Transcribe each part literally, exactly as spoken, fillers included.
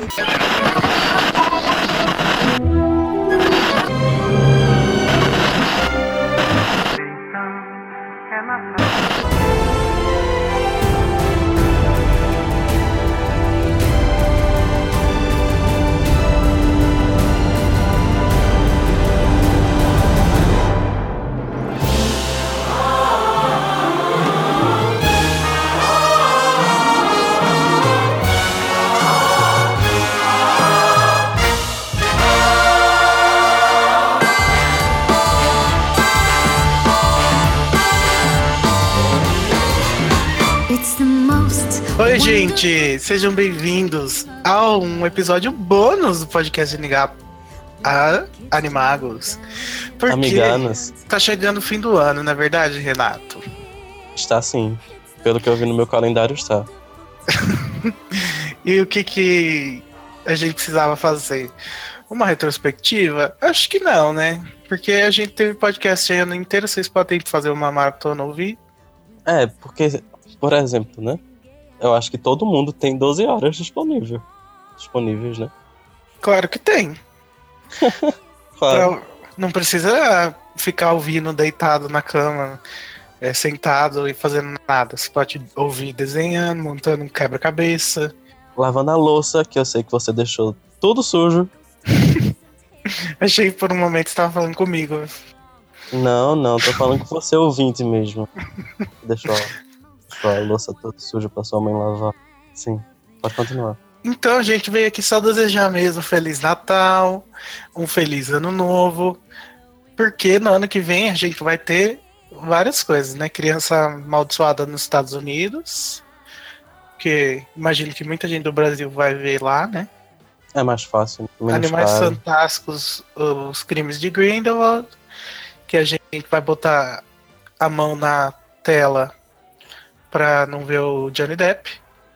Oi, gente! Sejam bem-vindos a um episódio bônus do podcast Ligar a Animagos. Porque Amiganas. Tá chegando o fim do ano, não é verdade, Renato? Está sim. Pelo que eu vi no meu calendário, está. E o que que a gente precisava fazer? Uma retrospectiva? Acho que não, né? Porque a gente teve podcast aí o ano inteiro, vocês podem fazer uma maratona ouvir. É, porque, por exemplo, né? Eu acho que todo mundo tem doze horas disponível. disponíveis, né? Claro que tem. Claro. Pra, não precisa ficar ouvindo deitado na cama, é, sentado e fazendo nada. Você pode ouvir desenhando, montando um quebra-cabeça. Lavando a louça, que eu sei que você deixou tudo sujo. Achei que por um momento você tava falando comigo. Não, não, tô falando com você ouvinte mesmo. Deixou, deixou a louça toda suja pra sua mãe lavar. Sim, pode continuar. Então a gente veio aqui só desejar mesmo um Feliz Natal, um Feliz Ano Novo, porque no ano que vem a gente vai ter várias coisas, né? Criança amaldiçoada nos Estados Unidos, que imagino que muita gente do Brasil vai ver lá, né? É mais fácil. Animais caro. Fantásticos, os Crimes de Grindelwald, que a gente vai botar a mão na tela pra não ver o Johnny Depp.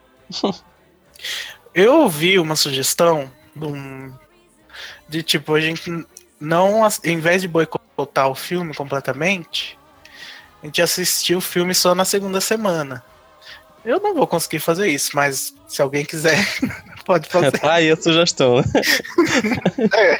Eu ouvi uma sugestão de, um, de tipo, a gente não, em vez de boicotar o filme completamente, a gente assistir o filme só na segunda semana. Eu não vou conseguir fazer isso, mas se alguém quiser, pode fazer. Tá aí a sugestão. É.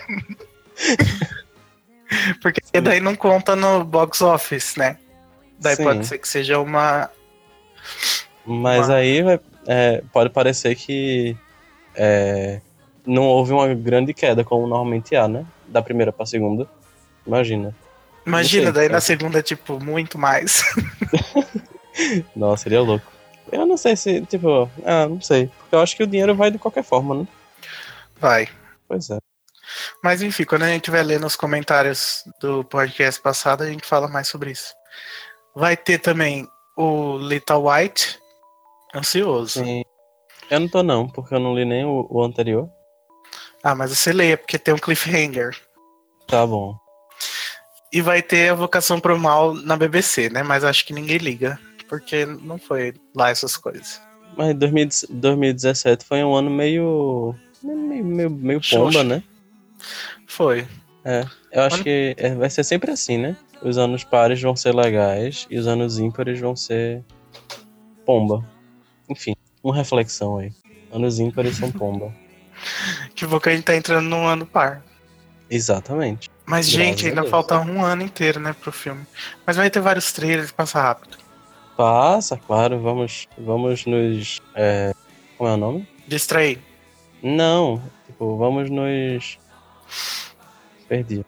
Porque daí não conta no box office, né? Daí Sim. Pode ser que seja uma... Mas uma... aí vai, é, pode parecer que é, não houve uma grande queda, como normalmente há, né? Da primeira pra segunda. Imagina. Imagina, sei, daí é. na segunda, tipo, muito mais. Nossa, seria louco. Eu não sei se, tipo, ah, não sei. Porque eu acho que o dinheiro vai de qualquer forma, né? Vai. Pois é. Mas enfim, quando a gente vai ler nos comentários do podcast passado, a gente fala mais sobre isso. Vai ter também o Little White, ansioso. Sim. Eu não tô não, porque eu não li nem o, o anterior. Ah, mas você leia, porque tem um cliffhanger. Tá bom. E vai ter a Vocação pro Mal na B B C, né? Mas acho que ninguém liga, porque não foi lá essas coisas. Mas dois mil e dezessete foi um ano meio... Meio, meio, meio pomba, Xoxa. né? Foi. É, eu acho Ano- que é, vai ser sempre assim, né? Os anos pares vão ser legais e os anos ímpares vão ser pomba. Enfim, uma reflexão aí. Anos ímpares são pomba. Tipo, que a gente tá entrando num ano par. Exatamente. Mas, Graças gente, a ainda Deus. falta um ano inteiro, né, pro filme. Mas vai ter vários trailers, passa rápido. Passa, claro, vamos, vamos nos... É, como é o nome? Distrair. Não, tipo, vamos nos... Perdi.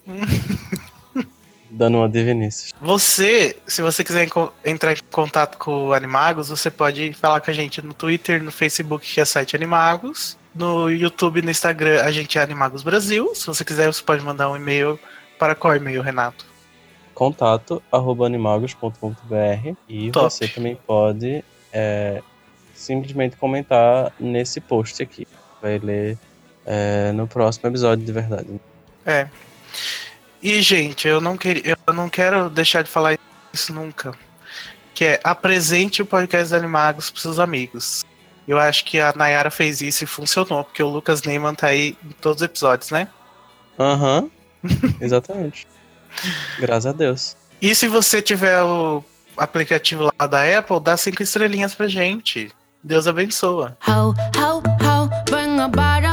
Dando uma de Vinícius. Você, se você quiser enco- entrar em contato com o Animagos, você pode falar com a gente no Twitter, no Facebook, que é site Animagos. No YouTube e no Instagram, a gente é Animagos Brasil. Se você quiser, você pode mandar um e-mail. Para qual e-mail, Renato? Contato arroba animagos ponto com ponto b r. E Top. você também pode é, simplesmente comentar nesse post aqui. Vai ler é, no próximo episódio de verdade. É. E, gente, eu não, queria, eu não quero deixar de falar isso nunca. Que é, apresente o podcast dos Animagos para seus amigos. Eu acho que a Nayara fez isso e funcionou, porque o Lucas Neyman tá aí em todos os episódios, né? Aham, exatamente. Graças a Deus. E se você tiver o aplicativo lá da Apple, dá cinco estrelinhas pra gente. Deus abençoa. Ho, ho, ho, bring a bottle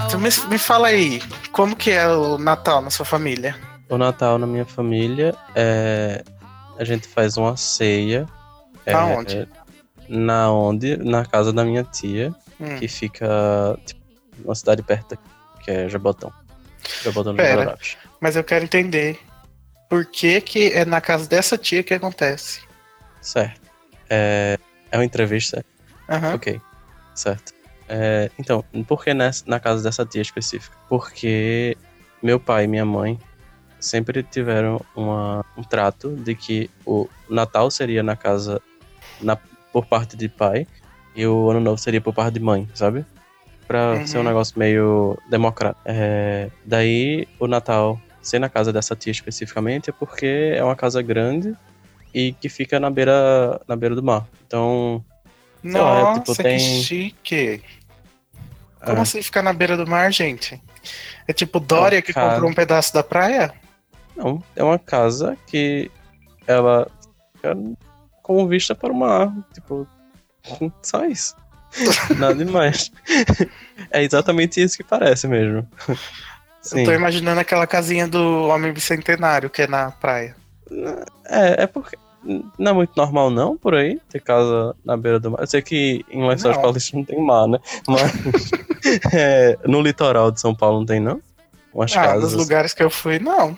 tu me, me fala aí, como que é o Natal na sua família? O Natal na minha família é. A gente faz uma ceia. Aonde? É, na onde? Na casa da minha tia, Hum. que fica tipo, uma cidade perto daqui, que é Jabotão. Jabotão dos Pera. Guararapes. Mas eu quero entender por que que é na casa dessa tia que acontece. Certo. É, é uma entrevista? Aham. Ok. Certo. É, então, por que nessa, na casa dessa tia específica? Porque meu pai e minha mãe sempre tiveram uma, um trato de que o Natal seria na casa na, por parte de pai e o Ano Novo seria por parte de mãe, sabe? Pra Uhum. ser um negócio meio democrático. É, daí o Natal ser na casa dessa tia especificamente é porque é uma casa grande e que fica na beira, na beira do mar. Então, sei lá, é, tipo, Nossa, que tem... chique. Como é, assim ficar na beira do mar, gente? É tipo é uma Dória que casa- comprou um pedaço da praia? Não, é uma casa que ela fica com vista para o mar. Tipo, só isso. Nada demais. É exatamente isso que parece mesmo. Sim. Eu tô imaginando aquela casinha do Homem Bicentenário que é na praia. É, é porque não é muito normal não, por aí, ter casa na beira do mar. Eu sei que em Lençóis Não. Paulistas não tem mar, né? Mas é, no litoral de São Paulo não tem, não? Umas Ah, casas. nos lugares que eu fui, não.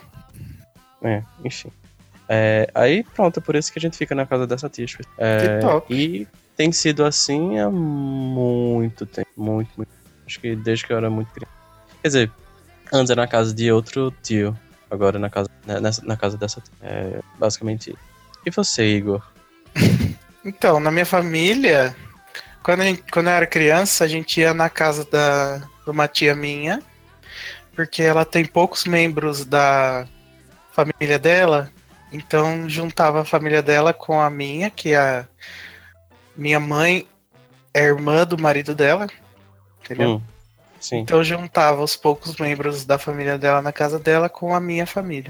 É, enfim. É, aí pronto, é por isso que a gente fica na casa dessa tia. É, Que top. e tem sido assim há muito tempo. Muito, muito. Acho que desde que eu era muito criança. Quer dizer, antes era na casa de outro tio. Agora na casa, né, nessa, na casa dessa tia. É basicamente isso. E você, Igor? Então, na minha família, quando, a gente- quando eu era criança, a gente ia na casa da, de uma tia minha, porque ela tem poucos membros da família dela, então juntava a família dela com a minha, que a minha mãe é irmã do marido dela, entendeu? Hum, sim. Então juntava os poucos membros da família dela na casa dela com a minha família.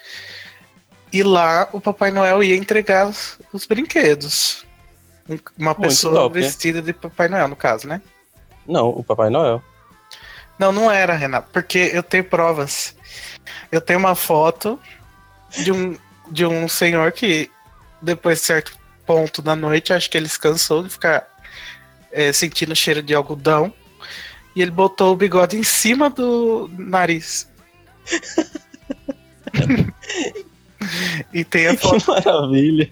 E lá o Papai Noel ia entregar os, os brinquedos. Um- Uma pessoa top, né? vestida de Papai Noel, no caso, né? Não, o Papai Noel. Não, não era, Renato, porque eu tenho provas. Eu tenho uma foto de um, de um senhor que, depois de certo ponto da noite, acho que ele se cansou de ficar é, sentindo o cheiro de algodão. E ele botou o bigode em cima do nariz. E tem a foto. Que maravilha.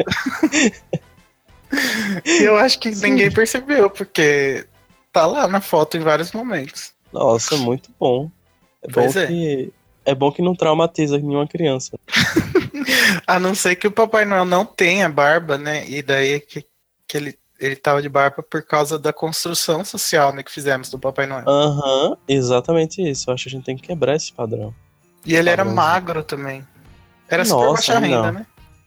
E eu acho que Sim. ninguém percebeu, porque tá lá na foto em vários momentos. Nossa, muito bom. É Pois bom é. que é bom que não traumatiza nenhuma criança. A não ser que o Papai Noel não tenha barba, né? E daí que, que ele, ele tava de barba por causa da construção social, né, que fizemos do Papai Noel. Aham, exatamente isso. Eu acho que a gente tem que quebrar esse padrão. E ele era padrãozinho. magro também. Era super Nossa, baixa renda, não. né?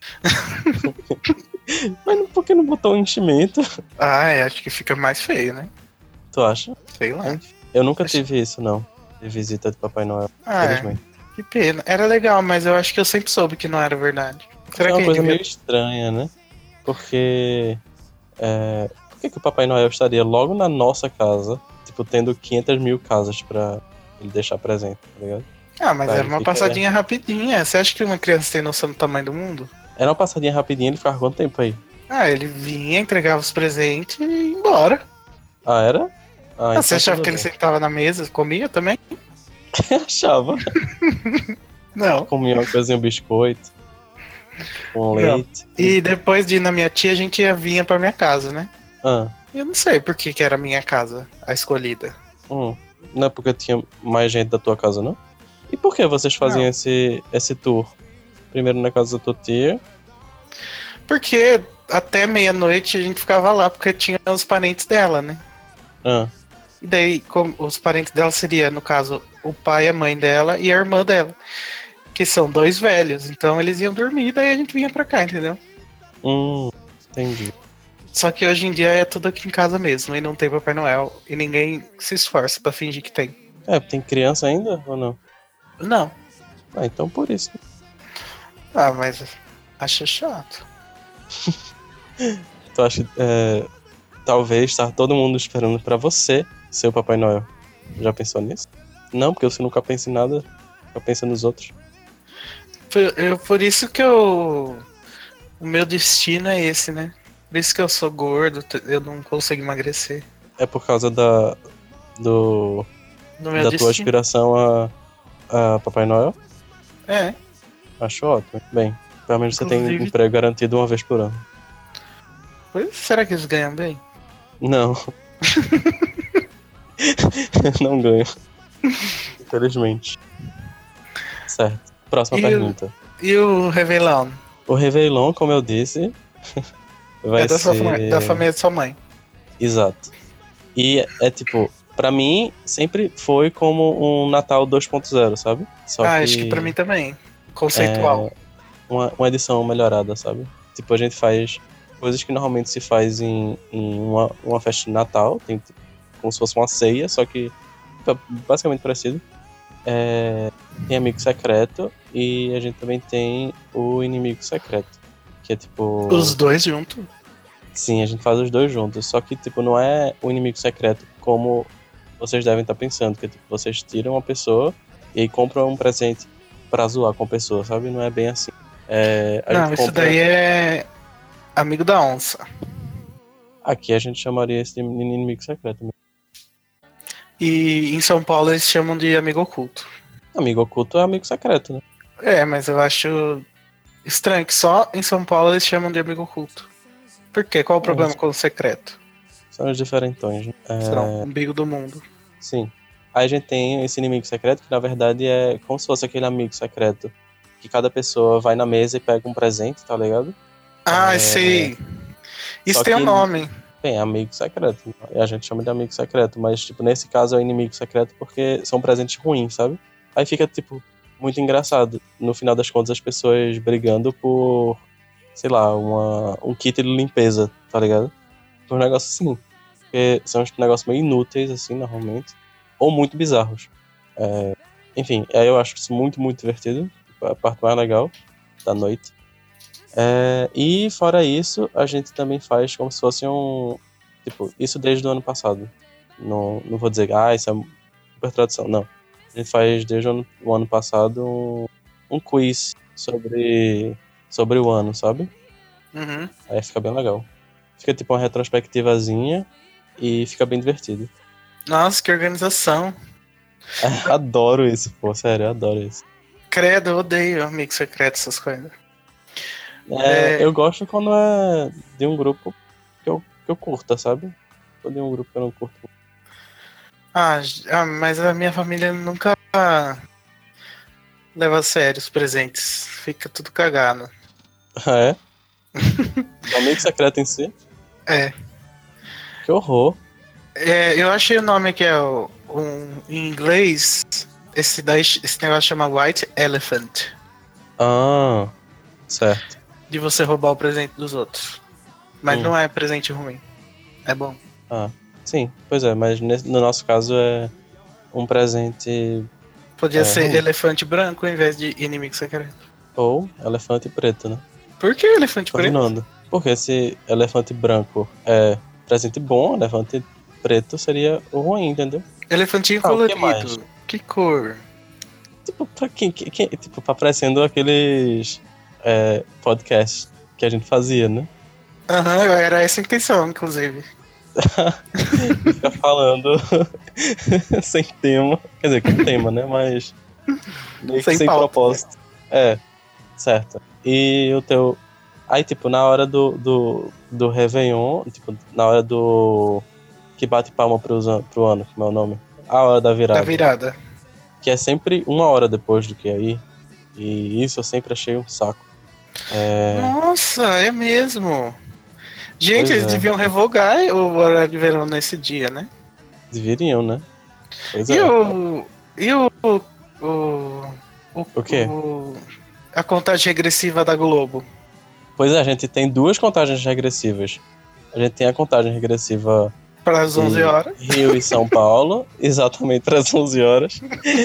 Mas não- por que não botou um enchimento? Ah, é, acho que fica mais feio, né? Tu acha? Sei lá. Eu nunca Acho- tive isso, não. De visita de Papai Noel. Ah, é, Infelizmente. que pena. Era legal, mas eu acho que eu sempre soube que não era verdade. Será é uma que coisa devia... meio estranha, né? Porque. É, por que, que o Papai Noel estaria logo na nossa casa, tipo, tendo quinhentas mil casas pra ele deixar presente, tá ligado? Ah, mas Tá, era ele uma fica- passadinha rapidinha. Você acha que uma criança tem noção do tamanho do mundo? Era uma passadinha rapidinha, ele ficava quanto tempo aí? Ah, ele vinha, entregava os presentes e ia embora. Ah, era? Ah, Ah, você achava que ele sempre sentava na mesa, comia também? achava. Não. Comia uma coisinha, um biscoito. Com Não. leite. E depois de ir na minha tia, a gente ia vinha pra minha casa, né? Ah, Eu não sei por que, que era a minha casa, a escolhida. hum. Não é porque tinha mais gente da tua casa, não? E por que vocês faziam Não. esse, esse tour? Primeiro na casa da tua tia. Porque até meia-noite a gente ficava lá, porque tinha os parentes dela, né? Ah, E daí, como os parentes dela seria, no caso, o pai, a mãe dela e a irmã dela. Que são dois velhos. Então eles iam dormir, daí a gente vinha pra cá, entendeu? hum, entendi. Só que hoje em dia é tudo aqui em casa mesmo, e não tem Papai Noel, e ninguém se esforça pra fingir que tem. É, tem criança ainda ou não? Não. Ah, então por isso. Ah, mas acho chato. Tu acha que é, talvez estar todo mundo esperando pra você ser o Papai Noel? Já pensou nisso? Não, porque você nunca pensa em nada, só pensa nos outros. Por, eu, por isso que eu. O meu destino é esse, né? Por isso que eu sou gordo, eu não consigo emagrecer. É por causa da. Do. No meu da destino. tua aspiração a. a Papai Noel? É. Acho ótimo. Bem, pelo menos Inclusive... você tem emprego garantido uma vez por ano. Pois, será que eles ganham bem? Não. Não ganho. Infelizmente. Certo. Próxima e pergunta. O, e o Réveillon? O Réveillon, como eu disse, vai é da, ser... sua, da família de sua mãe. Exato. E é tipo, pra mim, sempre foi como um Natal dois ponto zero, sabe? Só ah, que acho que pra mim também. Conceitual. É uma, uma edição melhorada, sabe? Tipo, a gente faz coisas que normalmente se faz em, em uma, uma festa de Natal, tem tipo, como se fosse uma ceia, só que é basicamente parecido. É, tem Amigo Secreto e a gente também tem o Inimigo Secreto, que é tipo... Os dois juntos? Sim, a gente faz os dois juntos, só que tipo, não é o Inimigo Secreto como vocês devem estar pensando, que tipo, vocês tiram uma pessoa e aí compram um presente pra zoar com a pessoa, sabe? Não é bem assim. É, a não, gente isso compra... daí é Amigo da Onça. Aqui a gente chamaria esse de Inimigo Secreto mesmo. E em São Paulo eles chamam de Amigo Oculto. Amigo Oculto é Amigo Secreto, né? É, mas eu acho estranho que só em São Paulo eles chamam de Amigo Oculto. Por quê? Qual o problema é, com o secreto? São os diferentões, né? É... São o umbigo do mundo. Sim. Aí a gente tem esse Inimigo Secreto, que na verdade é como se fosse aquele amigo secreto que cada pessoa vai na mesa e pega um presente, tá ligado? Ah, é... sei. Isso Só tem um que nome. Tem Amigo Secreto. E a gente chama de Amigo Secreto, mas tipo, nesse caso é o Inimigo Secreto porque são presentes ruins, sabe? Aí fica, tipo, muito engraçado. No final das contas, as pessoas brigando por, sei lá, uma, um kit de limpeza, tá ligado? Um negócio assim. Porque são uns negócios meio inúteis, assim, normalmente. Ou muito bizarros. É... Enfim, aí eu acho isso muito, muito divertido. A parte mais legal da noite. É... E, fora isso, a gente também faz como se fosse um... Tipo, isso desde o ano passado. Não, não vou dizer, ah, isso é super tradição, não. A gente faz desde o ano, o ano passado um, um quiz sobre, sobre o ano, sabe? Uhum. Aí fica bem legal. Fica tipo uma retrospectivazinha e fica bem divertido. Nossa, que organização. Adoro isso, pô, sério, eu adoro isso. Credo, eu odeio amigo secreto, essas coisas. É, É... Eu gosto quando é de um grupo que eu, que eu curta, sabe? Ou de um grupo que eu não curto. Ah, ah, mas a minha família nunca leva a sério os presentes. Fica tudo cagado. Ah, é? O amigo secreto em si? É. Que horror. É, eu achei o nome que é o, um, em inglês. Esse, daí, esse negócio chama White Elephant. Ah, certo. De você roubar o presente dos outros. Mas hum. não é presente ruim. É bom. Ah, sim, pois é, mas nesse, no nosso caso é um presente... Podia é, ser ruim. elefante branco ao invés de inimigo secreto. Ou elefante preto, né? Por que elefante Continuando. preto? Porque se elefante branco é presente bom, elefante preto seria o ruim, entendeu? Elefantinho ah, colorido. Que, que cor? Tipo, pra quem, quem, tipo, tá parecendo aqueles é, podcasts que a gente fazia, né? Aham, uhum, era essa a intenção, inclusive. Fica falando sem tema. Quer dizer, com tema, né? Mas meio que sem, sem propósito. É, certo. E o teu... Aí, tipo, na hora do, do, do Réveillon, tipo, na hora do... que bate palma pro, pro ano, como é o nome? A hora da virada. Da virada. Que é sempre uma hora depois do que aí. E isso eu sempre achei um saco. É... Nossa, é mesmo. Gente, pois eles é. deviam revogar o horário de verão nesse dia, né? Deveriam, né? Pois e é. o... E o... O... O, o quê? O, a contagem regressiva da Globo. Pois é, a gente tem duas contagens regressivas. A gente tem a contagem regressiva para as onze horas. Rio e São Paulo, exatamente para as onze horas.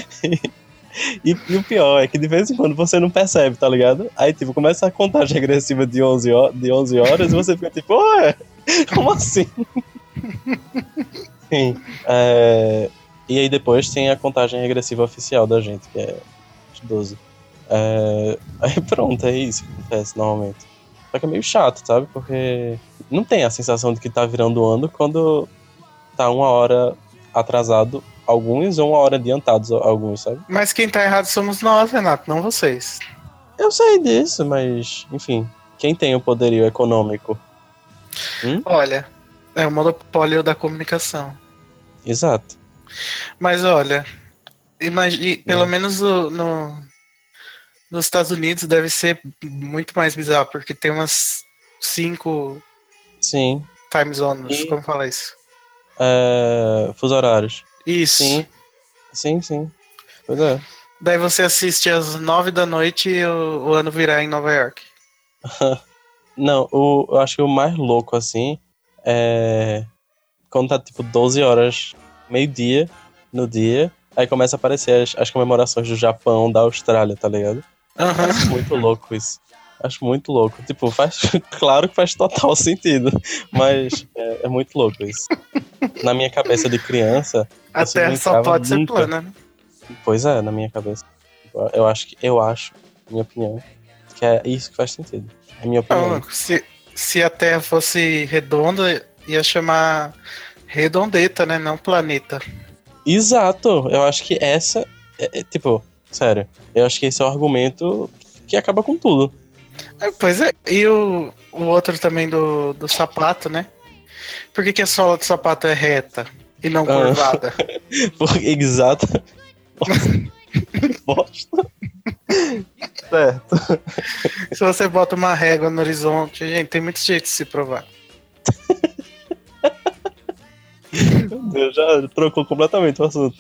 E, e o pior é que de vez em quando você não percebe, tá ligado? Aí, tipo, começa a contagem regressiva de onze horas, de onze horas e você fica tipo, ué, como assim? Sim. É, E aí depois tem a contagem regressiva oficial da gente, que é doze. É... Aí pronto, é isso que acontece normalmente. Só que é meio chato, sabe? Porque não tem a sensação de que tá virando ano quando tá uma hora atrasado alguns ou uma hora adiantados alguns, sabe? Mas quem tá errado somos nós, Renato, não vocês. Eu sei disso, mas, enfim, quem tem o poderio econômico? Hum? Olha, é o monopólio da comunicação. Exato. Mas olha, imagine, pelo é. menos no, no, nos Estados Unidos deve ser muito mais bizarro, porque tem umas cinco Sim. time zones, e... como fala isso? É... Fuso horários. Isso. Sim, sim, sim. Pois é. Daí você assiste às nove da noite e o, o ano virar em Nova York. Não, o, eu acho que o mais louco, assim, é quando tá, tipo, doze horas, meio-dia, no dia, aí começa a aparecer as, as comemorações do Japão, da Austrália, tá ligado? Uhum. Acho muito louco isso. Acho muito louco. Tipo, faz, claro que faz total sentido, mas é, é muito louco isso. Na minha cabeça de criança... A Terra só pode ser plana, né? Pois é, na minha cabeça. Eu acho, que, eu acho, minha opinião, que é isso que faz sentido. É minha opinião. Não, se, se a Terra fosse redonda, ia chamar redondeta, né? Não planeta. Exato. Eu acho que essa... É, é, tipo, sério. Eu acho que esse é o argumento que acaba com tudo. É, pois é. E o, o outro também do, do sapato, né? Por que, que a sola do sapato é reta e não curvada? Porque, exato. Bosta. Certo. Se você bota uma régua no horizonte, gente, tem muitos jeitos de se provar. Meu Deus, já trocou completamente o assunto.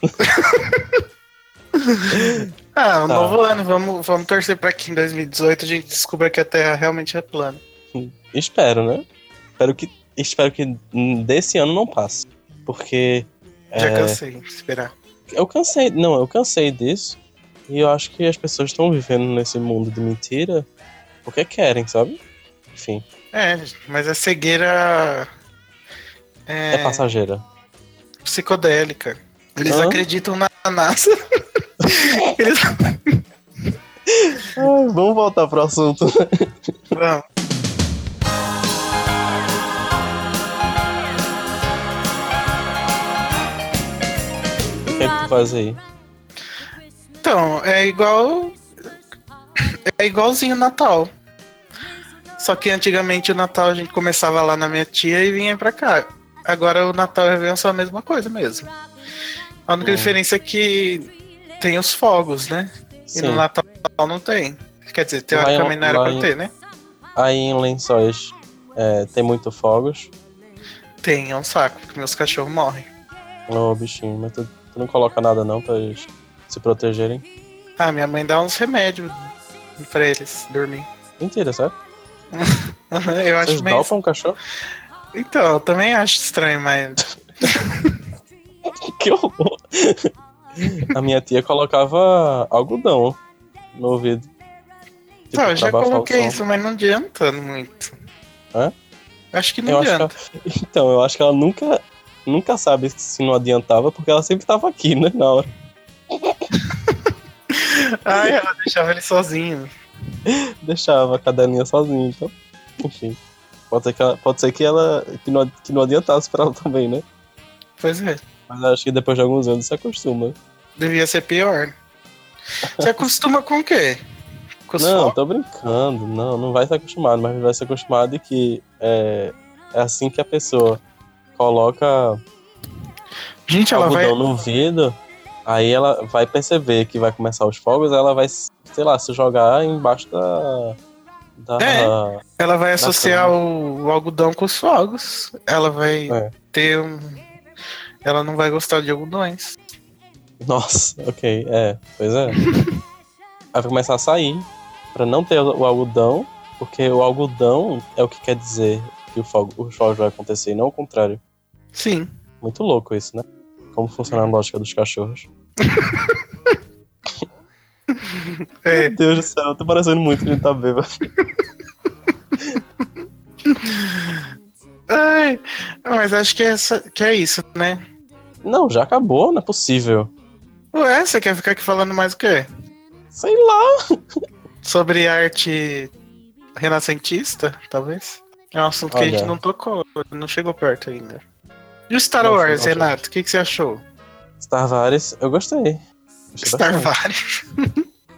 Ah, um tá. novo ano, vamos, vamos torcer pra que em dois mil e dezoito a gente descubra que a Terra realmente é plana. Espero, né? Espero que, espero que desse ano não passe. Porque... Já é... cansei de esperar. Eu cansei, não, eu cansei disso. E eu acho que as pessoas estão vivendo nesse mundo de mentira porque querem, sabe? Enfim. É, mas a cegueira... É, é passageira. Psicodélica. Eles Hã? acreditam na NASA. Eles... Ai, vamos voltar pro assunto. Vamos. O que é que tu faz aí? Então, é igual. É igualzinho o Natal. Só que antigamente o Natal a gente começava lá na minha tia e vinha pra cá. Agora o Natal e o Réveillon são a mesma coisa mesmo. A única hum. diferença é que tem os fogos, né? Sim. E no Natal não tem. Quer dizer, teoricamente não era pra ter, né? Aí em Lençóis é, tem muito fogos? Tem, é um saco, porque meus cachorros morrem. Ô, oh, bichinho, mas tu, tu não coloca nada não pra eles se protegerem? Ah, minha mãe dá uns remédios pra eles dormir. Mentira, sabe? Eu acho Vocês meio... dopam um cachorro? Então, eu também acho estranho, mas... Que horror! A minha tia colocava algodão no ouvido. Tipo, não, eu já coloquei isso, mas não adianta muito. Hã? Acho que não eu adianta. Acho que... Então, eu acho que ela nunca, nunca sabe se não adiantava, porque ela sempre tava aqui, né, na hora. Ai, ela deixava ele sozinho. Deixava a cadelinha sozinha, então. Enfim. Pode ser que ela, pode ser que, ela que, não, que não adiantasse pra ela também, né? Pois é. Mas acho que depois de alguns anos se acostuma. Devia ser pior. Você acostuma com o quê? Com os não, fogos? Tô brincando. Não, não vai se acostumar, mas vai se acostumar de que é, é assim que a pessoa coloca Gente, ela vai... no vidro, aí ela vai perceber que vai começar os fogos, ela vai, sei lá, se jogar embaixo da... da é, ela vai associar o, o algodão com os fogos. Ela vai é. ter um... Ela não vai gostar de algodões. Nossa, ok, é, pois é. Aí vai começar a sair pra não ter o algodão, porque o algodão é o que quer dizer que o fogo, os fogos vai acontecer, e não o contrário. Sim. Muito louco isso, né? Como funciona a lógica dos cachorros. É. Meu Deus do céu, eu tô parecendo muito que a gente tá bêbado. Ai, mas acho que é, essa, que é isso, né? Não, já acabou, não é possível. Ué, você quer ficar aqui falando mais o quê? Sei lá. Sobre arte renascentista, talvez? É um assunto que a gente Olha. não tocou, não chegou perto ainda. E o Star Não, Wars, não, Renato, o que, que você achou? Star Wars, eu gostei. Gostei Star bastante. Wars.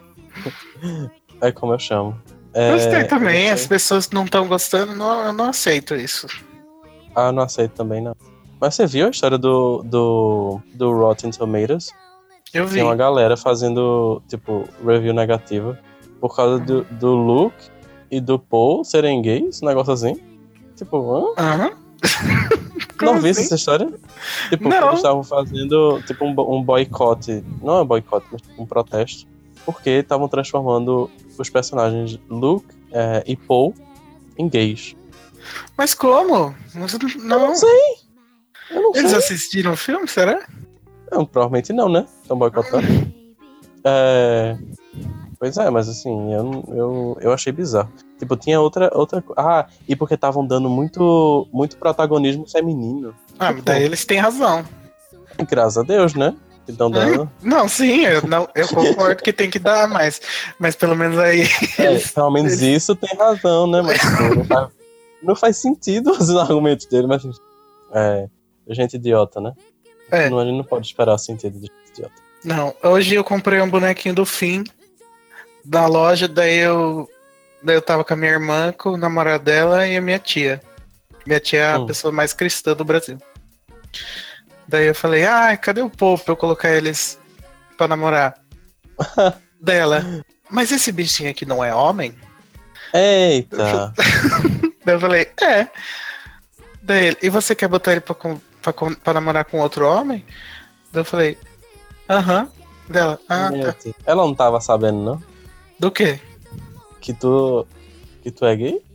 É como eu chamo. É, Gostei também, eu as gostei. pessoas que não estão gostando, não, eu não aceito isso. Ah, não aceito também, não. Mas você viu a história do, do, do Rotten Tomatoes? Eu vi. Tem uma galera fazendo, tipo, review negativa por causa do, do Luke e do Paul serem gays, um negócio assim. Tipo, hã? Aham. Não Como vi assim? essa história? Tipo, que Não. eles estavam fazendo, tipo, um, bo- um boicote. Não é um boicote, mas tipo, um protesto. Porque estavam transformando os personagens Luke é, e Paul em gays. Mas como? Mas Eu Não. não sei. Eu não Eles sei. assistiram o filme, será? Não, provavelmente não, né? Estão boicotando. É... Pois é, mas assim, eu, não- eu, eu achei bizarro. Tipo, tinha outra, outra. co- Ah, e porque estavam dando muito, muito protagonismo feminino. Ah, mas Tipo, daí eles têm razão. graças a Deus, né? Que estão dando. Não, sim, eu, não, eu concordo que tem que dar, mas, mas pelo menos aí. É, eles- pelo menos eles- isso tem razão, né? Mas tipo, não, faz, não faz sentido os argumentos dele, mas. É. Gente idiota, né? É. Não, a gente não pode esperar sentido de gente idiota. Não, hoje eu comprei um bonequinho do Finn da loja, daí eu, daí eu tava com a minha irmã, com o namorado dela e a minha tia. Minha tia é a Hum. pessoa mais cristã do Brasil. Daí eu falei, ah, cadê o povo pra eu colocar eles pra namorar? Dela, mas esse bichinho aqui não é homem? Eita! Daí eu falei, é. Daí ele, e você quer botar ele pra, com- pra, com- pra namorar com outro homem? Daí eu falei, aham. Dela, ah, Meu tá. Deus. Ela não tava sabendo, não? Do quê? Que tu. Que tu é gay?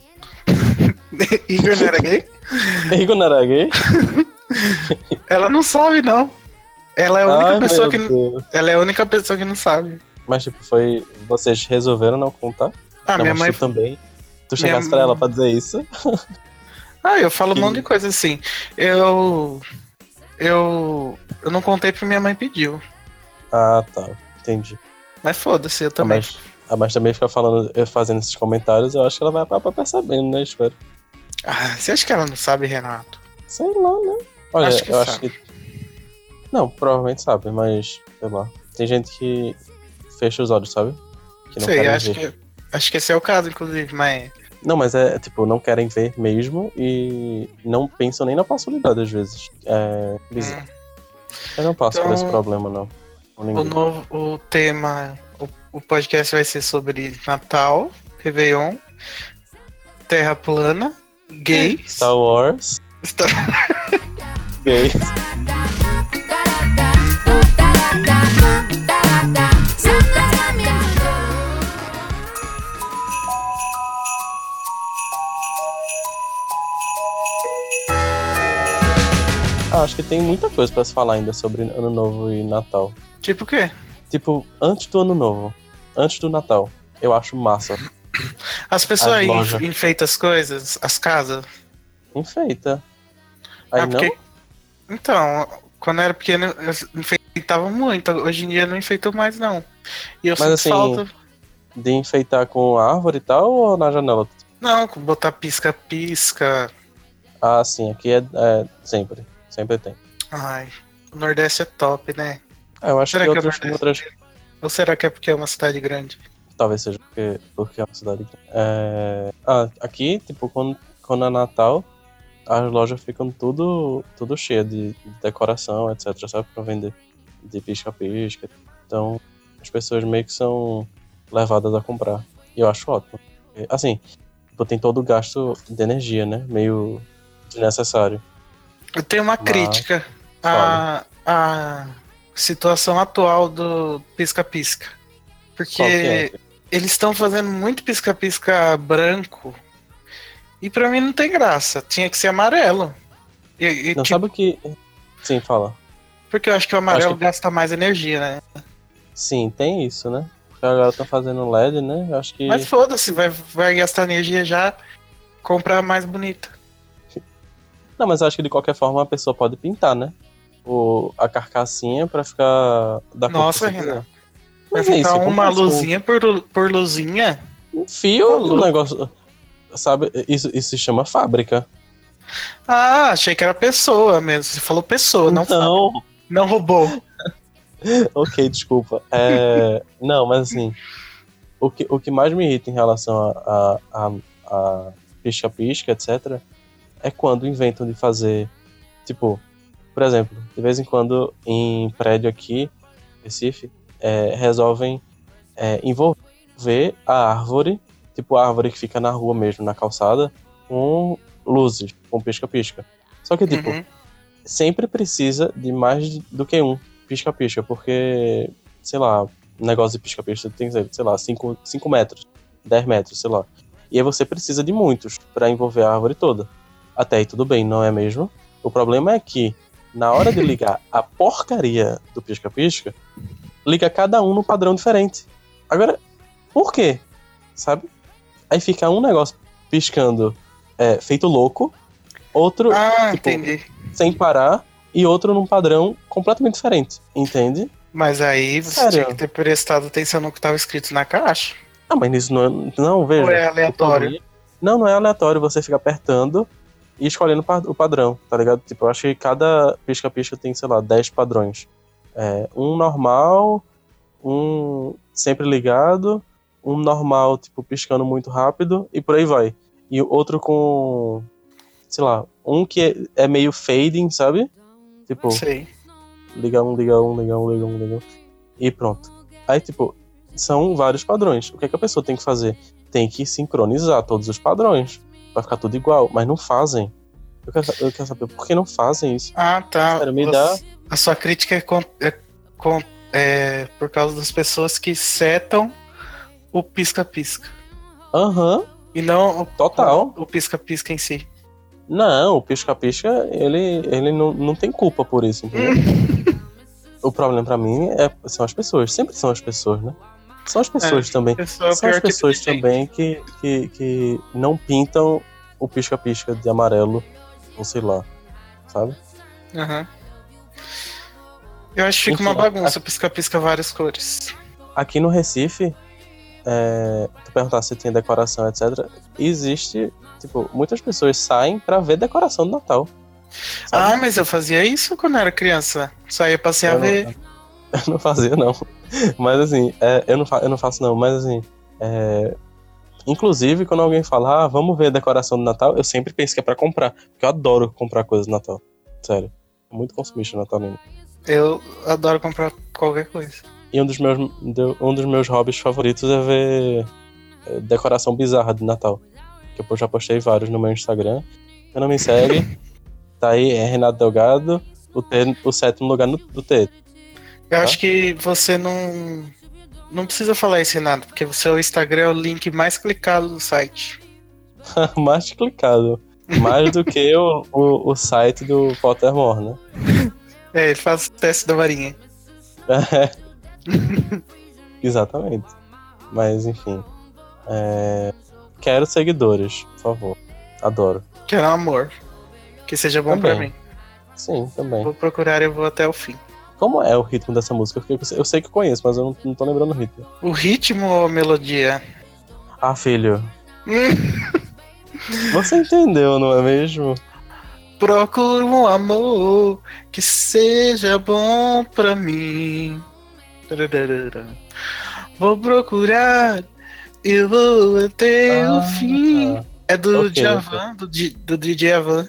Igor não era gay? Igor não era gay? Ela não sabe, não. Ela é a única Ai, pessoa meu que. Deus. Ela é a única pessoa que não sabe. Mas, tipo, foi. Vocês resolveram não contar? Ah, não, minha mas mãe. tu também. Tu Minha chegasse pra ela pra dizer isso? Ah, eu falo Que- um monte de coisa assim. Eu. Eu. Eu não contei porque minha mãe pediu. Ah, tá. Entendi. Mas foda-se, eu Ah, também. mas, ah, mas também ficar falando, eu fazendo esses comentários, eu acho que ela vai acabar percebendo, né? Espero. Ah, você acha que ela não sabe, Renato? Sei lá, né? Olha, Acho que eu acho sabe. que. Não, provavelmente sabe, mas sei lá. Tem gente que fecha os olhos, sabe? Que não Sei, querem acho ver. que. Acho que esse é o caso, inclusive, mas. Não, mas é tipo, não querem ver mesmo e não pensam nem na possibilidade, às vezes. É bizarro. hum, Eu não passo por Então, esse problema, não. Com o ninguém. novo. O tema. O, o podcast vai ser sobre Natal, Réveillon, Terra plana, gays. Star Wars, Star- gays. Ah, acho que tem muita coisa pra se falar ainda sobre Ano Novo e Natal. Tipo o quê? Tipo, antes do Ano Novo, antes do Natal, eu acho massa. As pessoas As aí lojas. enfeitam as coisas, as casas. Enfeita. Aí Ah, não? porque- Então, quando eu era pequeno, eu enfeitava muito. Hoje em dia eu não enfeito mais, não. E eu Mas sinto assim, falta. de enfeitar com árvore e tal ou na janela? Não, com botar pisca-pisca. Ah, sim, aqui é, é sempre. Sempre tem. Ai, o Nordeste é top, né? Ah, eu acho Será que que é outras, Nordeste? outras. Ou será que é porque é uma cidade grande? Talvez seja porque, porque é uma cidade. É... Ah, aqui, tipo, quando, quando é Natal, as lojas ficam tudo, tudo cheias de, de decoração, etc, sabe? Pra vender. De pisca-pisca. Então, as pessoas meio que são levadas a comprar. E eu acho ótimo. E, assim, tipo, tem todo o gasto de energia, né? Meio desnecessário. Eu tenho uma Mas- crítica à, à situação atual do pisca-pisca. Qual que é? Porque eles estão fazendo muito pisca-pisca branco. E pra mim não tem graça. Tinha que ser amarelo. E, e, Não tipo, sabe o que. Sim, fala. porque eu acho que o amarelo Acho que- gasta mais energia, né? Sim, tem isso, né? Porque agora tá fazendo L E D, né? Eu acho que. Mas foda-se, vai, vai gastar energia já, comprar mais bonita. Não, mas eu acho que de qualquer forma a pessoa pode pintar, né? o, a carcassinha pra ficar da cor Nossa, que você quiser. Renan. Vai Mas é ficar isso, uma compra luzinha por, por luzinha? um fio Tá no louco. negócio. Sabe, isso, isso se chama fábrica. Ah, achei que era pessoa mesmo. Você falou pessoa, não fábrica. Não, Não roubou. ok, desculpa. É, não, mas assim, o que, o que mais me irrita em relação a, a, a, a pisca-pisca, etcétera, é quando inventam de fazer, tipo, por exemplo, de vez em quando em prédio aqui, Recife, é, resolvem é, envolver a árvore, tipo a árvore que fica na rua mesmo, na calçada, com luzes, com pisca-pisca. Só que, tipo, Uhum. sempre precisa de mais do que um pisca-pisca, porque, sei lá, um negócio de pisca-pisca tem que ser, sei lá, cinco metros, dez metros, sei lá. E aí você precisa de muitos para envolver a árvore toda. Até aí tudo bem, não é mesmo? O problema é que, na hora de ligar a porcaria do pisca-pisca, liga cada um num padrão diferente. Agora, por quê? Sabe? Aí fica um negócio piscando é, feito louco, outro Ah, tipo, entendi. sem parar, e outro num padrão completamente diferente. Entende? Mas aí você Sério? tinha que ter prestado atenção no que estava escrito na caixa. Ah, mas isso não é. Não, veja. Ou é o aleatório? problema- Não, não é aleatório. Você fica apertando e escolhendo pa- o padrão, tá ligado? Tipo, eu acho que cada pisca-pisca tem, sei lá, dez padrões. É, um normal, um sempre ligado, um normal, tipo, piscando muito rápido, e por aí vai. E o outro com, sei lá, um que é, é meio fading, sabe? Tipo, Sei. liga um, liga um, liga um, liga um, liga um. E pronto. Aí, tipo, são vários padrões. O que é que a pessoa tem que fazer? Tem que sincronizar todos os padrões. Vai ficar tudo igual, mas não fazem. Eu quero, eu quero saber por que não fazem isso. Ah, tá. Sério, me Você- dá. A sua crítica é, con- é con- é por causa das pessoas que setam o pisca-pisca. Aham, E não o, total. o pisca-pisca em si. Não, o pisca-pisca, ele, ele não, não tem culpa por isso, entendeu? O problema pra mim é, são as pessoas. Sempre são as pessoas, né? São as pessoas É, também. pessoa é o São as pior tipo de pessoas gente. também que, que, que não pintam o pisca-pisca de amarelo, ou sei lá, sabe? Aham. Eu acho que fica Enfim, uma bagunça, pisca-pisca várias cores. Aqui no Recife, é, tu perguntar se tinha decoração, etcétera. Existe, tipo, muitas pessoas saem pra ver decoração do Natal. Sabe? Ah, mas eu fazia isso quando eu era criança. Saía passear Eu não- ver. Eu não fazia, não. Mas assim, é, eu, não fa- eu não faço, não. Mas assim, é, inclusive, quando alguém fala, ah, vamos ver a decoração do Natal, eu sempre penso que é pra comprar. Porque eu adoro comprar coisas do Natal. Sério. Muito consumista natalino. Eu adoro comprar qualquer coisa. E um dos meus, um dos meus hobbies favoritos é ver é, decoração bizarra de Natal. Que eu já postei vários no meu Instagram. Quem não me segue, tá aí, é Renato Delgado, o, T, o sétimo lugar no, do T. Eu Tá? acho que você não. Não precisa falar isso, Renato, porque o seu Instagram é o link mais clicado do site. Mais clicado. Mais do que o, o, o site do Pottermore, né? É, ele faz o teste da varinha. É. Exatamente. Mas, enfim. É... Quero seguidores, por favor. Adoro. Quero um amor. Que seja bom Também. pra mim. Sim, também. Vou procurar e eu vou até o fim. Como é o ritmo dessa música? Porque eu sei que eu conheço, mas eu não, não tô lembrando o ritmo. O ritmo ou a melodia? Ah, filho. Você entendeu, não é mesmo? Procuro um amor que seja bom pra mim. Tararara. Vou procurar e vou até Ah, o fim. É do ok, Djavan, do, Di- do D J Avan.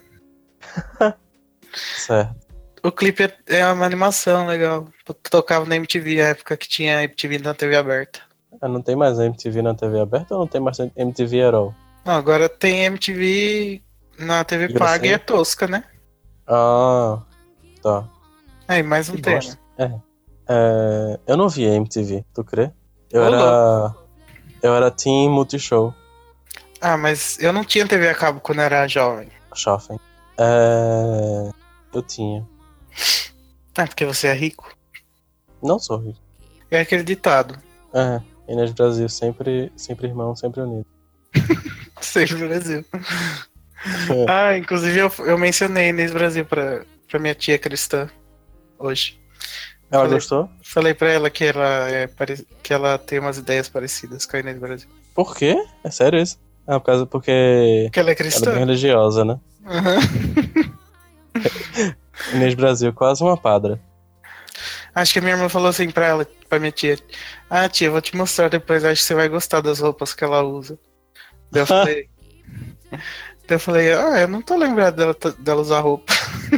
Certo. O clipe é, é uma animação legal. Tocava na M T V, a época que tinha M T V na T V aberta. Ah, não tem mais M T V na T V aberta ou não tem mais M T V at all? Não, agora tem M T V na T V Diga paga e assim. é tosca, né? Ah, tá. Aí, mais um Que tema. bosta. É. É, eu não via M T V, tu crê? Eu Ô, era. Eu era Team Multishow, Ah, mas eu não tinha T V a cabo quando eu era jovem. Shopping. É, eu tinha. Ah, porque você é rico. Não sou rico. É aquele ditado. É, Inês Brasil, sempre, sempre irmão, sempre unido. Sempre no Brasil. Ah, inclusive eu, eu mencionei Inês Brasil pra, pra minha tia cristã. hoje. Ela falei, gostou? Falei pra ela que ela, é, pare... que ela tem umas ideias parecidas com a Inês Brasil. Por quê? É sério isso? Ah, por causa porque Porque ela é ela é cristã. bem religiosa, né? Uhum. Inês Brasil, quase uma padra. Acho que a minha irmã falou assim pra ela, pra minha tia. Ah, tia, eu vou te mostrar depois, acho que você vai gostar das roupas que ela usa. Daí eu falei... Daí eu falei, ah, eu não tô lembrado dela, dela usar roupa.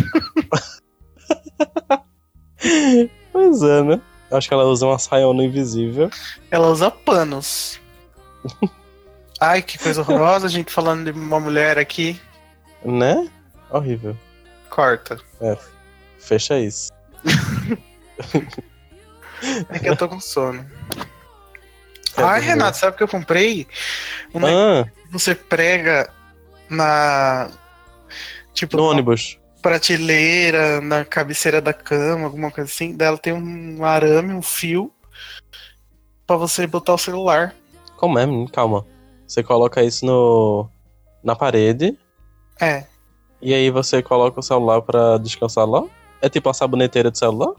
Pois é, né? Acho que ela usa uma saiona invisível. Ela usa panos. Ai, que coisa horrorosa, a gente falando de uma mulher aqui. Né? Horrível. Corta. É, fecha isso. É que eu tô com sono. É Ai, bom. Renato, sabe o que eu comprei? Um Ah, negócio que você prega na... Tipo, no numa ônibus. prateleira, na cabeceira da cama, alguma coisa assim. Daí ela tem um arame, um fio, pra você botar o celular. Como é, menino? Calma. Você coloca isso no na parede É. e aí você coloca o celular pra descansar lá? É tipo a saboneteira de celular?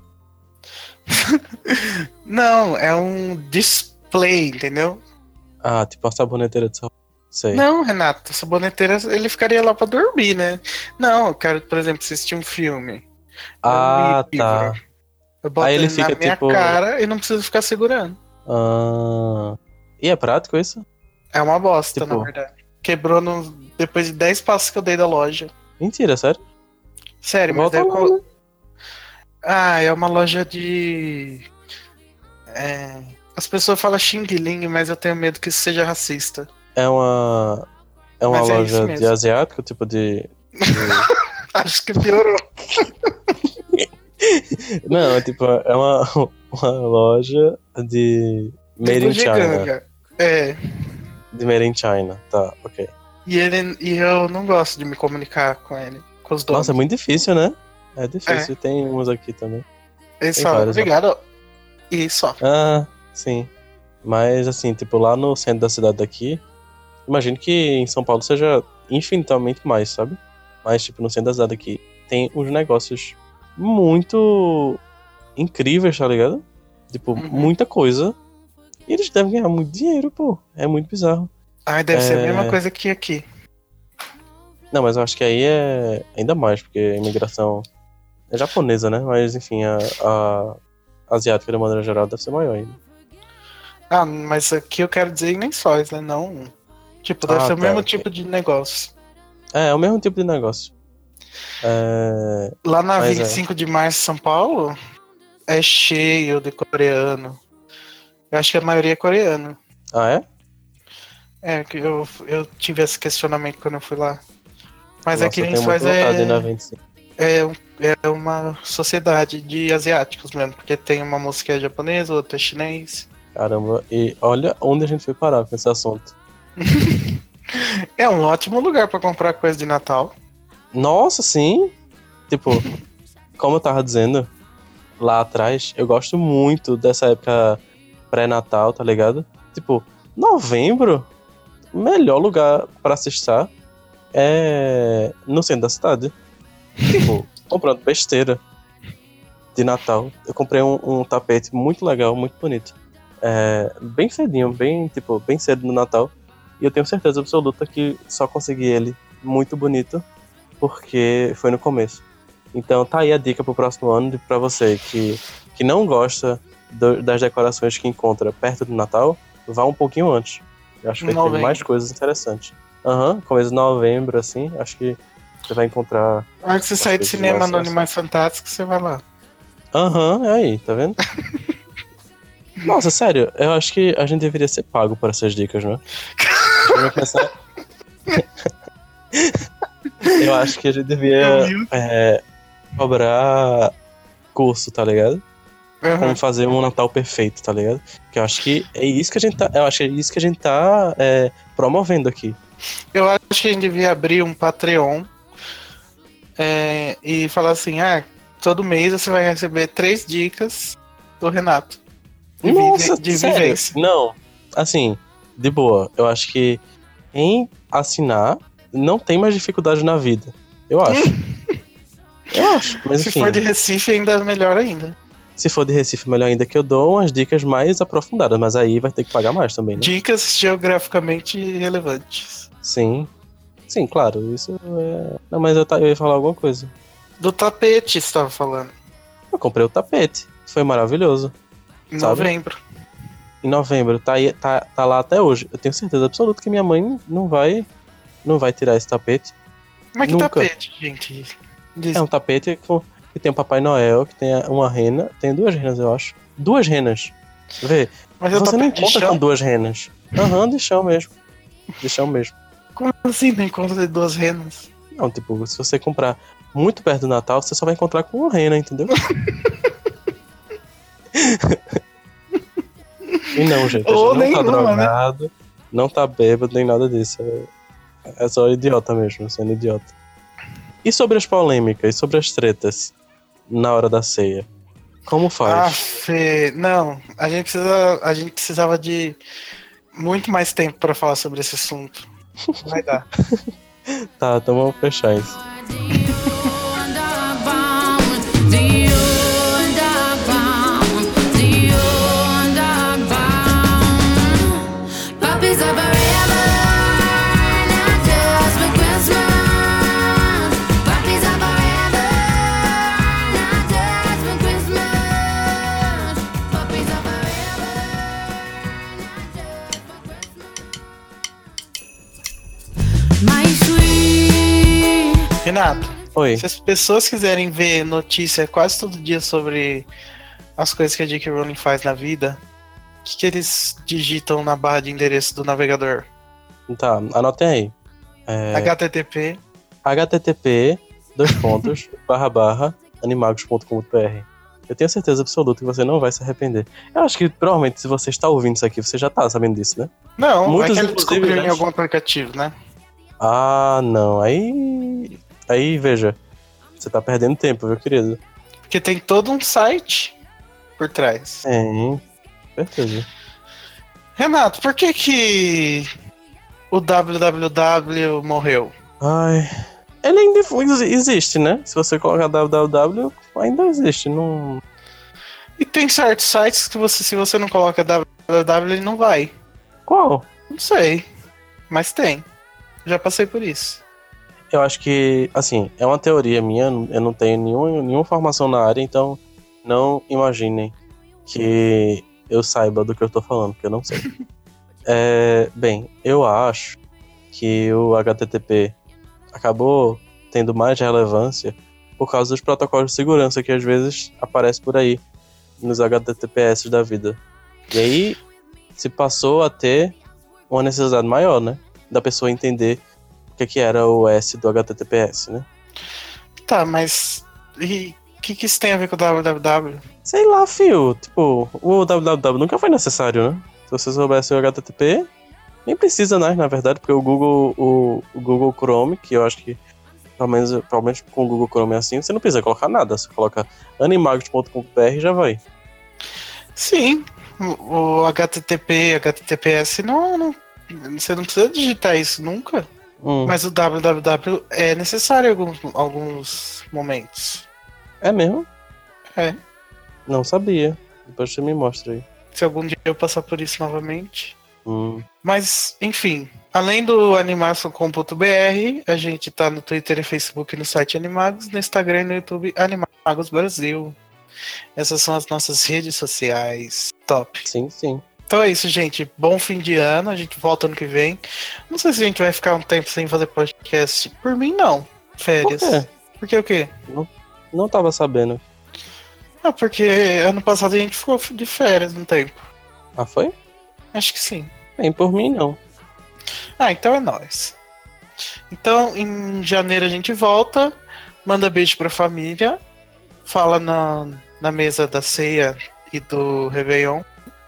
Não, é um display, entendeu? Ah, tipo a saboneteira de celular. Sei. Não, Renato, essa boneteira ele ficaria lá pra dormir, né? Não, eu quero, por exemplo, assistir um filme. Ah, um tá. livro. Eu boto Aí ele ele fica, na minha tipo- cara e não preciso ficar segurando. Ah... E é prático isso? É uma bosta, Tipo- na verdade. Quebrou no... depois de dez passos que eu dei da loja. Mentira, sério? Sério, mas Volta daí eu lá, colo- né? Ah, é uma loja de... É... As pessoas falam Xing Ling, mas eu tenho medo que isso seja racista. É uma... É uma Mas é isso loja mesmo. de asiático, tipo de... de- Acho que piorou. Não, é tipo, é uma, uma loja de Made Tipo in China. giganga. É. De Made in China, tá, ok. E ele e eu não gosto de me comunicar com ele, com os donos. Nossa, é muito difícil, né? É difícil, tem uns aqui também. Eles tem falam, vários, né? obrigado. E só. Ah, sim. Mas assim, tipo, lá no centro da cidade daqui, imagino que em São Paulo seja infinitamente mais, sabe? Mas, tipo, no centro da cidade aqui, tem uns negócios muito incríveis, tá ligado? Tipo, Uhum. muita coisa. E eles devem ganhar muito dinheiro, pô. É muito bizarro. Ai, deve ser a É. mesma coisa que aqui. Não, mas eu acho que aí é ainda mais, porque a imigração é japonesa, né? Mas, enfim, a, a asiática, de maneira geral, deve ser maior ainda. Ah, mas aqui eu quero dizer em lençóis, né? Não. Tipo, deve Ah, ser o tá, mesmo ok. tipo de negócio. É, é o mesmo tipo de negócio. É... Lá na Mas vinte e cinco de março, São Paulo, é cheio de coreano. Eu acho que a maioria é coreano. Ah, é? É, que eu, eu tive esse questionamento quando eu fui lá. Mas Nossa, aqui eu em tenho Lençóis muita vontade de ir na é, vinte e cinco. é, um- é uma sociedade de asiáticos mesmo. Porque tem uma moça que é japonesa, outra é chinês. Caramba, e olha onde a gente foi parar com esse assunto. É um ótimo lugar pra comprar coisa de Natal. Nossa, sim! Tipo, como eu tava dizendo lá atrás, eu gosto muito dessa época pré-natal, tá ligado? Tipo, novembro, o melhor lugar pra se estar é no centro da cidade. Tipo, comprando besteira de Natal. Eu comprei um, um tapete muito legal, muito bonito. É, bem cedinho, bem, tipo, bem cedo no Natal. E eu tenho certeza absoluta que só consegui ele muito bonito porque foi no começo. Então tá aí a dica pro próximo ano de- pra você que, que não gosta do- das decorações que encontra perto do Natal, vá um pouquinho antes. Eu acho que vai ter Novembro. mais coisas interessantes. Aham, começo de novembro, assim, acho que você vai encontrar. Na hora que você sair do coisas cinema mais no Animais Fantásticos, você vai lá. Aham, é aí, tá vendo? Nossa, sério, eu acho que a gente deveria ser pago por essas dicas, né? Eu vou começar. Eu acho que a gente devia Humilde. é, cobrar curso, tá ligado? Aham. Como fazer um Natal perfeito, tá ligado? Que eu acho que é isso que a gente tá. Eu acho que é isso que a gente tá é, promovendo aqui. Eu acho que a gente devia abrir um Patreon é, e falar assim, ah, todo mês você vai receber três dicas do Renato. De, Nossa, vive- de sério? vivência. Não, assim, de boa. Eu acho que em assinar não tem mais dificuldade na vida. Eu acho. Eu acho, mas Se enfim. for de Recife, ainda é melhor ainda. Se for de Recife, melhor ainda que eu dou umas dicas mais aprofundadas, mas aí vai ter que pagar mais também, né? Dicas geograficamente relevantes. Sim. Sim, claro, isso é... Não, mas eu, ta... eu ia falar alguma coisa. Do tapete, você estava falando. Eu comprei o tapete. Foi maravilhoso. Em sabe? novembro. Em novembro. Tá, aí, tá, tá lá até hoje. Eu tenho certeza absoluta que minha mãe não vai, não vai tirar esse tapete. Mas que Nunca. tapete, gente? Diz... É um tapete com... que tem o Papai Noel, que tem uma rena. Tem duas renas, eu acho. Duas renas. Vê. Mas é Você não tapete de encontra chão? com duas renas. Aham, uhum, de chão mesmo. De chão mesmo. Como assim não encontra de duas renas? Não, tipo, se você comprar muito perto do Natal, você só vai encontrar com uma rena, entendeu? E não, gente, a Ou gente não nenhuma, tá drogado, né? Não tá bêbado, nem nada disso. É, é só idiota mesmo, sendo idiota. E sobre as polêmicas, sobre as tretas na hora da ceia? Como Ah, faz? Fê, não, a gente, precisa, a gente precisava de muito mais tempo pra falar sobre esse assunto. Vai dar. Tá, então vamos fechar isso. Renato, Oi. se as pessoas quiserem ver notícia quase todo dia sobre as coisas que a J K Rowling faz na vida, o que, que eles digitam na barra de endereço do navegador? Tá, anotem aí. É... H T T P http dois pontos barra barra animagos ponto com ponto br. Eu tenho certeza absoluta que você não vai se arrepender. Eu acho que provavelmente se você está ouvindo isso aqui, você já tá sabendo disso, né? Não, Muitos, é que ele inclusive, descobriu já- em algum aplicativo, né? Ah, não. Aí. Aí, veja. Você tá perdendo tempo, viu, querido? Porque tem todo um site por trás. Tem. Certeza. Renato, por que que o www morreu? Ai. Ele ainda existe, né? Se você colocar www, ainda existe. Não. E tem certos sites que você, se você não coloca www, ele não vai. Qual? Não sei, mas tem. Já passei por isso. Eu acho que, assim, é uma teoria minha, eu não tenho nenhuma, nenhuma formação na área, então não imaginem que eu saiba do que eu tô falando, porque eu não sei. É, bem, eu acho que o H T T P acabou tendo mais relevância por causa dos protocolos de segurança que às vezes aparecem por aí nos H T T P S da vida. E aí se passou a ter uma necessidade maior, né? Da pessoa entender o que, que era o S do H T T P S, né? Tá, mas e o que, que isso tem a ver com o www? Sei lá, fio. Tipo, o www nunca foi necessário, né? Se você soubesse o H T T P, nem precisa, né? Na verdade, porque o Google, o, o Google Chrome, que eu acho que pelo menos, pelo menos com o Google Chrome é assim, você não precisa colocar nada. Você coloca animagos ponto com ponto br e já vai. Sim, o, o H T T P, H T T P S não, não. Você não precisa digitar isso nunca. Hum. Mas o www é necessário em alguns, alguns momentos. É mesmo? É. Não sabia. Depois você me mostra aí. Se algum dia eu passar por isso novamente. Hum. Mas, enfim, além do animagos ponto com ponto br, a gente tá no Twitter e Facebook no site Animagos, no Instagram e no YouTube Animagos Brasil. Essas são as nossas redes sociais. Top. Sim, sim. Então é isso, gente. Bom fim de ano. A gente volta ano que vem. Não sei se a gente vai ficar um tempo sem fazer podcast. Por mim, não. Férias. Por quê? Porque o quê? Não, não tava sabendo. Ah, porque ano passado a gente ficou de férias um tempo. Ah, foi? Acho que sim. Bem, por mim não. Ah, então é nóis. Então, em janeiro a gente volta. Manda beijo pra família. Fala na, na mesa da ceia e do Réveillon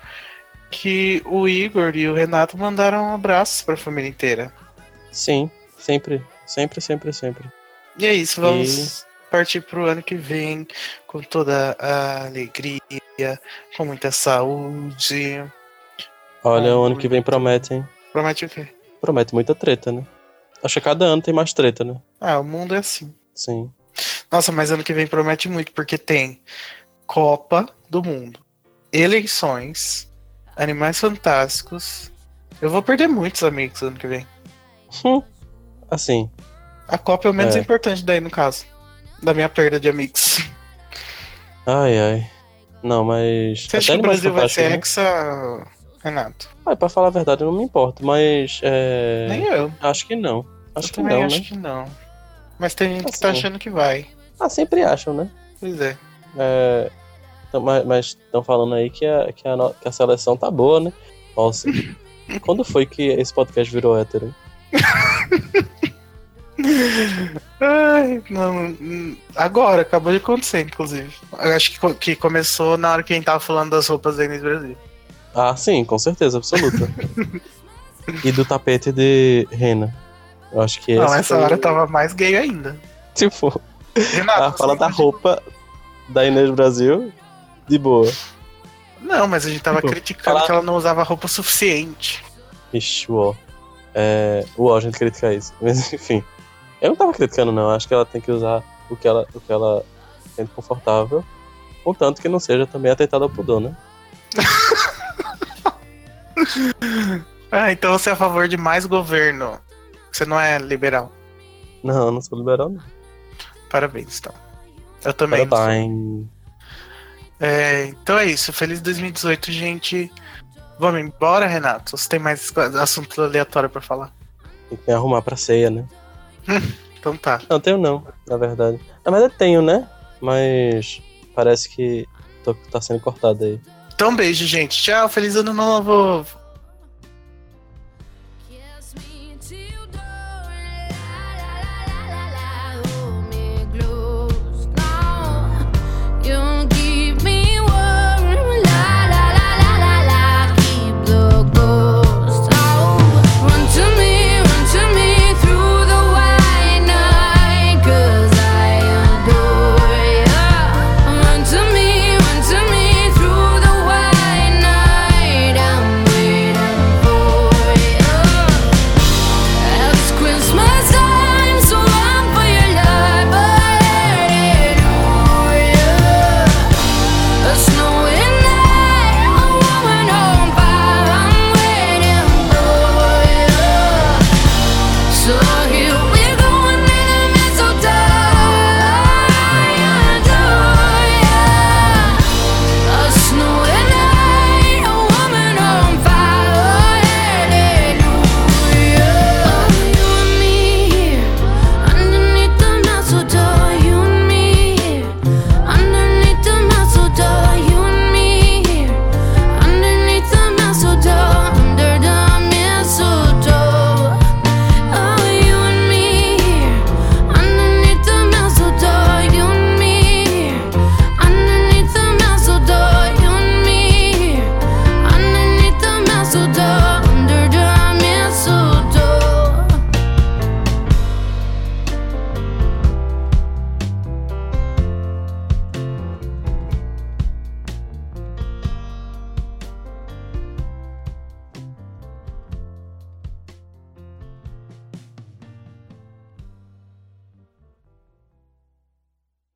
que o Igor e o Renato mandaram abraços pra família inteira. Sim, sempre. Sempre, sempre, sempre. E é isso, vamos e... partir pro ano que vem com toda a alegria, com muita saúde. Olha, com o ano muito... que vem promete, hein? Promete o quê? Promete muita treta, né? Acho que cada ano tem mais treta, né? Ah, o mundo é assim. Sim. Nossa, mas ano que vem promete muito, porque tem Copa do Mundo, eleições, Animais Fantásticos. Eu vou perder muitos amigos ano que vem. Assim. A Copa é o menos É. importante daí, no caso. Da minha perda de amigos. Ai, ai. Não, mas. Você acha que o Animais Brasil vai ser Fantásticos, né? hexa, Renato? Ah, pra falar a verdade, eu não me importo, mas. É... Nem eu. Acho que não. Acho eu que também não, acho né? que não. Mas tem gente que Assim. tá achando que vai. Ah, sempre acham, né? Pois é. É... Então, mas estão falando aí que a, que, a, no- que a seleção tá boa, né? Nossa. Quando foi que esse podcast virou hétero? Ai, não, hum, agora, acabou de acontecer, inclusive. Eu acho que, co- que começou na hora que a gente tava falando das roupas da Inês Brasil. Ah, sim, com certeza, absoluta. E do tapete de Rena. Eu acho que Não, esse essa foi hora o- tava mais gay ainda. Tipo, Renato, a você fala da imagina- roupa da Inês Brasil, de boa. Não, mas a gente tava Tipo, criticando falar- que ela não usava roupa o suficiente. Ixi, uó. É, uó, a gente critica isso. Mas enfim. Eu não tava criticando, não. Acho que ela tem que usar o que ela, o que ela sente confortável. Contanto que não seja também atentado ao pudor, né? Ah, então você é a favor de mais governo. Você não é liberal. Não, eu não sou liberal, não. Parabéns, então. Eu também. não sou. Parabéns. É, então é isso. Feliz dois mil e dezoito, gente. Vamos embora, Renato? Você tem mais assunto aleatório pra falar? Tem que me arrumar pra ceia, né? Então tá. Não, tenho não, na verdade. Na verdade tenho, né? Mas parece que tô, tá sendo cortado aí. Então beijo, gente. Tchau, feliz ano novo.